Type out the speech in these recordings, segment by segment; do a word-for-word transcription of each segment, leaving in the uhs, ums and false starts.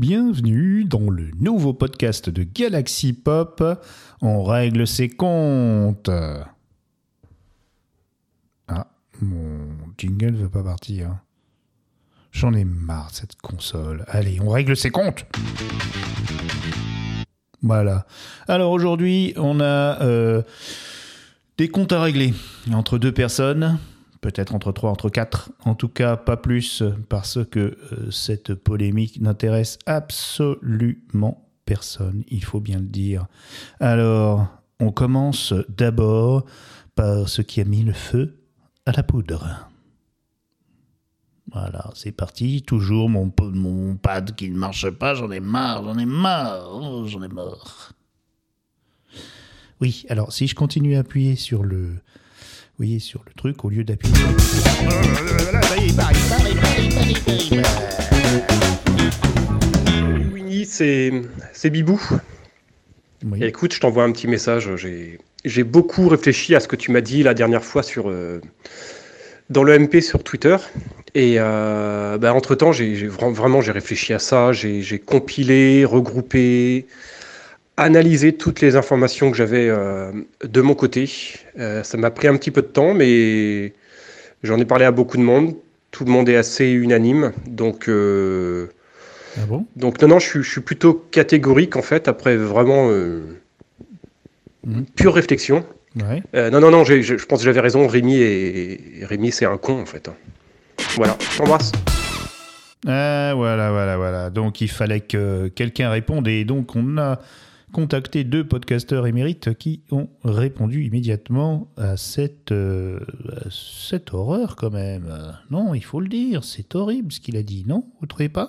bienvenue dans le nouveau podcast de Galaxy Pop. On règle ses comptes. Ah, mon jingle ne veut pas partir. J'en ai marre de cette console. Allez, on règle ses comptes. Voilà. Alors aujourd'hui, on a euh, des comptes à régler entre deux personnes. Peut-être entre trois, entre quatre, en tout cas pas plus, parce que euh, cette polémique n'intéresse absolument personne, il faut bien le dire. Alors, on commence d'abord par ce qui a mis le feu à la poudre. Voilà, c'est parti, toujours mon, mon pad qui ne marche pas, j'en ai marre, j'en ai marre, oh, j'en ai marre. Oui, alors si je continue à appuyer sur le... Vous voyez, sur le truc, au lieu d'appuyer... Oui, c'est, c'est Bibou. Oui. Et écoute, je t'envoie un petit message. J'ai, j'ai beaucoup réfléchi à ce que tu m'as dit la dernière fois sur, euh, dans le M P sur Twitter. Et euh, bah, entre-temps, j'ai, j'ai, vraiment j'ai réfléchi à ça. J'ai, j'ai compilé, regroupé... analyser toutes les informations que j'avais euh, de mon côté. Euh, ça m'a pris un petit peu de temps, mais j'en ai parlé à beaucoup de monde. Tout le monde est assez unanime. Donc, euh, ah bon donc non, non, je suis, je suis plutôt catégorique, en fait, après vraiment euh, mmh. pure réflexion. Ouais. Euh, non, non, non, j'ai, je pense que j'avais raison. Rémi, est, Rémi c'est un con, en fait. Voilà, je t'embrasse. Ah, voilà, voilà, voilà. Donc, il fallait que quelqu'un réponde. Et donc, on a... contacté deux podcasteurs émérites qui ont répondu immédiatement à cette, euh, à cette horreur quand même. Non, il faut le dire, c'est horrible ce qu'il a dit, non ? Vous ne trouvez pas ?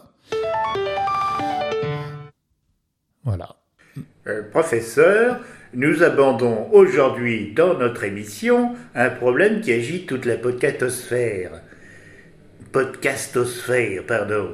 Voilà. Euh, professeur, nous abordons aujourd'hui dans notre émission un problème qui agite toute la podcastosphère. Podcastosphère, pardon.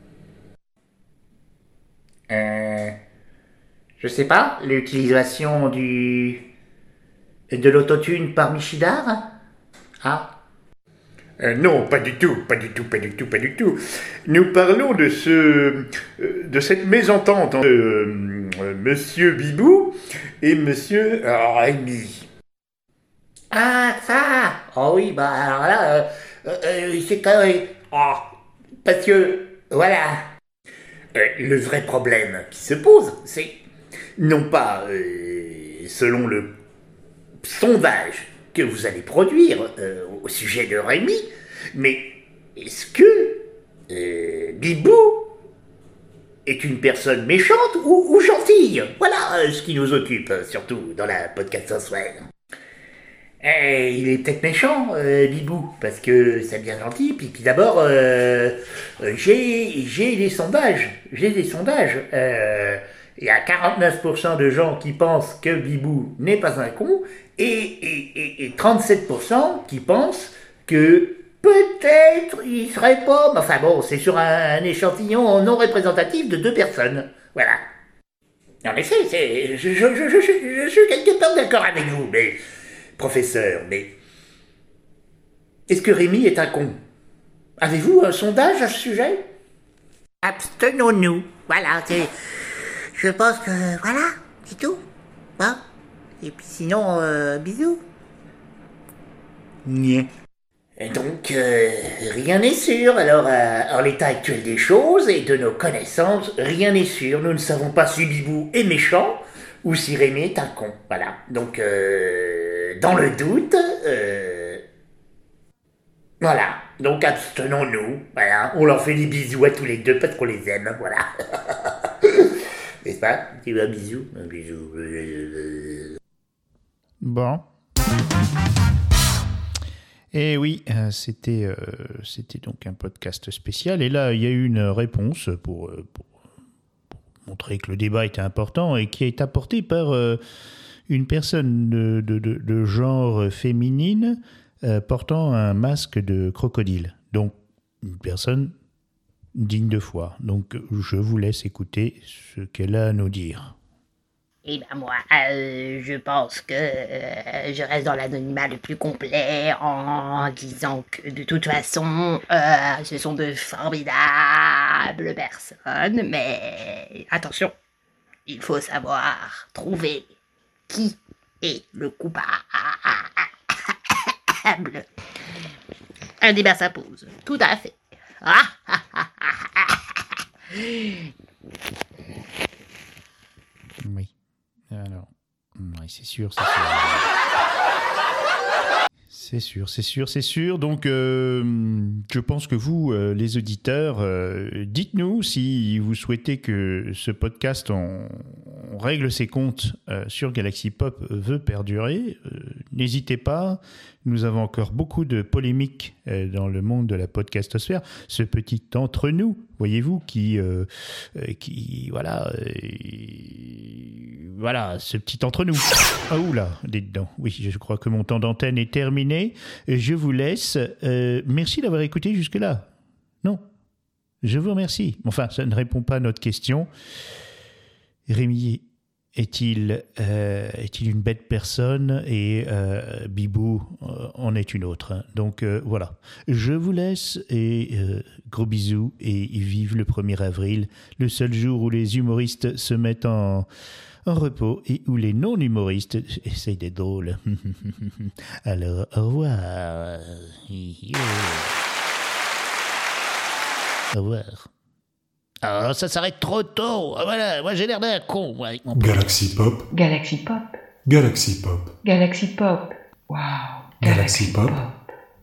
Euh... Je sais pas, l'utilisation du... de l'autotune par Michidar ? Ah. Euh, non, pas du tout, pas du tout, pas du tout, pas du tout. Nous parlons de ce... Euh, de cette mésentente entre euh, euh, Monsieur Bibou et Monsieur euh, Rémi. Ah, ça. Oh oui, bah alors là, euh, euh, c'est quand même... Oh, parce que, voilà... Euh, le vrai problème qui se pose, c'est... non pas euh, selon le sondage que vous allez produire euh, au sujet de Rémi, mais est-ce que euh, Bibou est une personne méchante ou, ou gentille ? Voilà euh, ce qui nous occupe, surtout dans la podcastosphère. Eh, il est peut-être méchant, euh, Bibou, parce que c'est bien gentil, puis, puis d'abord, euh, j'ai, j'ai des sondages, j'ai des sondages, euh, il y a quarante-neuf pour cent de gens qui pensent que Bibou n'est pas un con et, et, et, et trente-sept pour cent qui pensent que peut-être il serait pas... Enfin bon, c'est sur un, un échantillon non représentatif de deux personnes. Voilà. En effet, c'est, je, je, je, je, je suis quelque part d'accord avec vous, mais... Professeur, mais... Est-ce que Rémi est un con ? Avez-vous un sondage à ce sujet ? Abstenons-nous. Voilà, c'est... Je pense que, voilà, c'est tout. Hein ? Et puis sinon, euh, bisous. Nyeh. Et donc, euh, rien n'est sûr. Alors, euh, en l'état actuel des choses et de nos connaissances, rien n'est sûr. Nous ne savons pas si Bibou est méchant ou si Rémi est un con. Voilà. Donc, euh, dans le doute, euh, voilà. Donc, abstenons-nous. Voilà. On leur fait des bisous à tous les deux parce qu'on les aime. Voilà. N'est-ce pas ? Tu veux un bisou ? Un bisou. Bon. Et oui, c'était, euh, c'était donc un podcast spécial. Et là, il y a eu une réponse pour, pour, pour montrer que le débat était important et qui est apportée par euh, une personne de, de, de, de genre féminine euh, portant un masque de crocodile. Donc, une personne digne de foi. Donc, je vous laisse écouter ce qu'elle a à nous dire. Eh ben moi, euh, je pense que euh, je reste dans l'anonymat le plus complet en disant que de toute façon, euh, ce sont de formidables coupable personne, mais attention, il faut savoir trouver qui est le coupable. Un débat s'impose, tout à fait. Oui. Alors, oui, c'est sûr, c'est sûr. C'est sûr, c'est sûr, c'est sûr. Donc, euh, je pense que vous, euh, les auditeurs, euh, dites-nous si vous souhaitez que ce podcast, on, on règle ses comptes euh, sur Galaxy Pop, veut perdurer. Euh, n'hésitez pas. Nous avons encore beaucoup de polémiques euh, dans le monde de la podcastosphère. Ce petit entre nous, voyez-vous, qui, euh, euh, qui, voilà, euh, voilà, ce petit entre nous. Ah oula, dites-donc. Oui, je crois que mon temps d'antenne est terminé. Je vous laisse. Euh, merci d'avoir écouté jusque-là. Non, je vous remercie. Enfin, ça ne répond pas à notre question. Rémi est-il, euh, est-il une bête personne et euh, Bibou euh, en est une autre. Donc euh, voilà, je vous laisse et euh, gros bisous et vive le premier avril, le seul jour où les humoristes se mettent en, en repos et où les non-humoristes essayent d'être drôles. Alors, au revoir. Au revoir. Ah, ça s'arrête trop tôt. Voilà, moi j'ai l'air d'un con. Moi, avec mon Galaxy Pop. Galaxy Pop. Galaxy Pop. Galaxy Pop. Wow. Galaxy Pop.